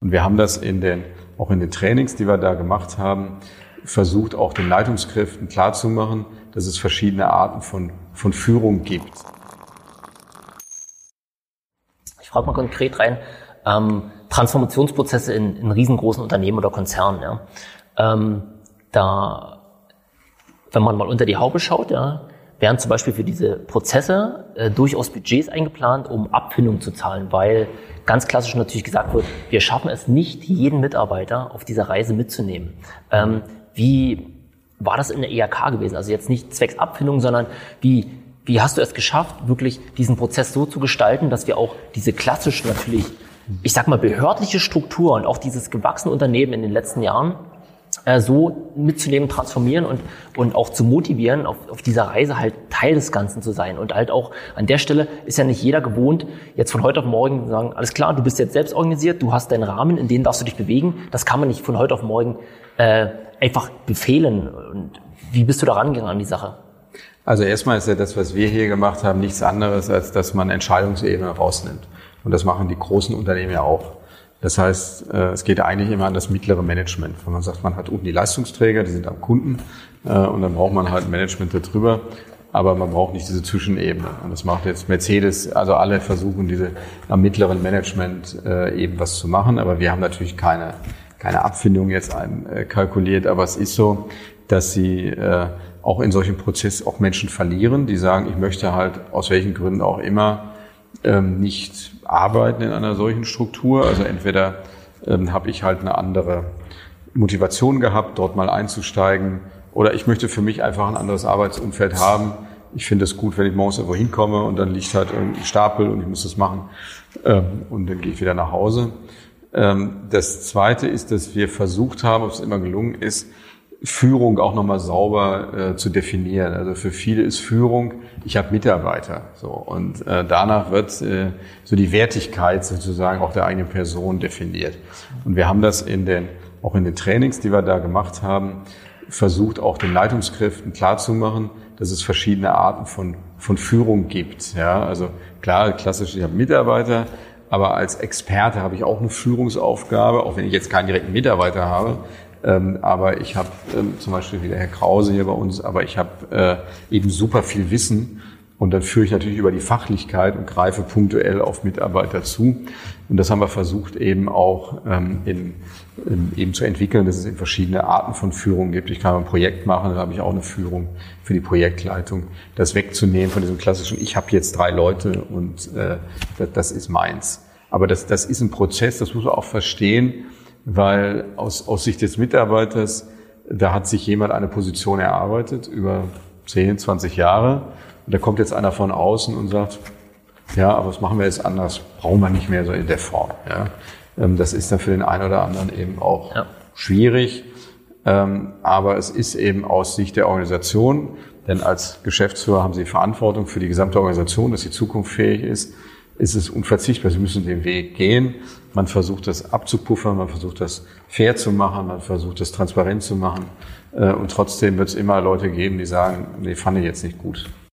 Und wir haben das auch in den Trainings, die wir da gemacht haben, versucht auch den Leitungskräften klarzumachen, dass es verschiedene Arten von Führung gibt. Ich frage mal konkret rein, Transformationsprozesse in riesengroßen Unternehmen oder Konzernen. Ja. Wenn man mal unter die Haube schaut, ja, werden zum Beispiel für diese Prozesse durchaus Budgets eingeplant, um Abfindungen zu zahlen, weil ganz klassisch natürlich gesagt wird, wir schaffen es nicht, jeden Mitarbeiter auf dieser Reise mitzunehmen. Wie war das in der IHK gewesen? Also jetzt nicht zwecks Abfindung, sondern wie hast du es geschafft, wirklich diesen Prozess so zu gestalten, dass wir auch diese klassische natürlich, ich sag mal, behördliche Struktur und auch dieses gewachsene Unternehmen in den letzten Jahren so mitzunehmen, transformieren und auch zu motivieren, auf dieser Reise halt Teil des Ganzen zu sein. Und halt auch an der Stelle ist ja nicht jeder gewohnt, jetzt von heute auf morgen zu sagen, alles klar, du bist jetzt selbst organisiert, du hast deinen Rahmen, in dem darfst du dich bewegen. Das kann man nicht von heute auf morgen einfach befehlen. Und wie bist du da rangegangen an die Sache? Also erstmal ist ja das, was wir hier gemacht haben, nichts anderes, als dass man Entscheidungsebene rausnimmt. Und das machen die großen Unternehmen ja auch. Das heißt, es geht eigentlich immer an das mittlere Management. Wenn man sagt, man hat unten die Leistungsträger, die sind am Kunden, und dann braucht man halt ein Management darüber, aber man braucht nicht diese Zwischenebene. Und das macht jetzt Mercedes, also alle versuchen diese am mittleren Management eben was zu machen, aber wir haben natürlich keine Abfindung jetzt kalkuliert, aber es ist so, dass sie auch in solchen Prozess auch Menschen verlieren, die sagen, ich möchte halt aus welchen Gründen auch immer nicht arbeiten in einer solchen Struktur. Also entweder habe ich halt eine andere Motivation gehabt, dort mal einzusteigen, oder ich möchte für mich einfach ein anderes Arbeitsumfeld haben. Ich finde es gut, wenn ich morgens irgendwo hinkomme und dann liegt halt ein Stapel und ich muss das machen und dann gehe ich wieder nach Hause. Das Zweite ist, dass wir versucht haben, ob es immer gelungen ist, Führung auch nochmal sauber zu definieren. Also für viele ist Führung, ich habe Mitarbeiter. So, und danach wird so die Wertigkeit sozusagen auch der eigenen Person definiert. Und wir haben das auch in den Trainings, die wir da gemacht haben, versucht auch den Leitungskräften klarzumachen, dass es verschiedene Arten von Führung gibt. Ja, also klar, klassisch, ich habe Mitarbeiter, aber als Experte habe ich auch eine Führungsaufgabe, auch wenn ich jetzt keinen direkten Mitarbeiter habe. Aber ich habe zum Beispiel wie der Herr Krause hier bei uns, aber ich habe eben super viel Wissen und dann führe ich natürlich über die Fachlichkeit und greife punktuell auf Mitarbeiter zu. Und das haben wir versucht eben auch eben zu entwickeln, dass es eben verschiedene Arten von Führung gibt. Ich kann ein Projekt machen, da habe ich auch eine Führung für die Projektleitung. Das wegzunehmen von diesem klassischen, ich habe jetzt 3 Leute und das ist meins. Aber das ist ein Prozess, das muss man auch verstehen, weil aus Sicht des Mitarbeiters, da hat sich jemand eine Position erarbeitet über 10, 20 Jahre und da kommt jetzt einer von außen und sagt, ja, aber was machen wir jetzt anders? Brauchen wir nicht mehr so in der Form. Ja? Das ist dann für den einen oder anderen eben auch schwierig, aber es ist eben aus Sicht der Organisation, denn als Geschäftsführer haben Sie Verantwortung für die gesamte Organisation, dass sie zukunftsfähig ist. Es ist unverzichtbar, Sie müssen den Weg gehen. Man versucht das abzupuffern, man versucht das fair zu machen, man versucht das transparent zu machen. Und trotzdem wird es immer Leute geben, die sagen, nee, fand ich jetzt nicht gut.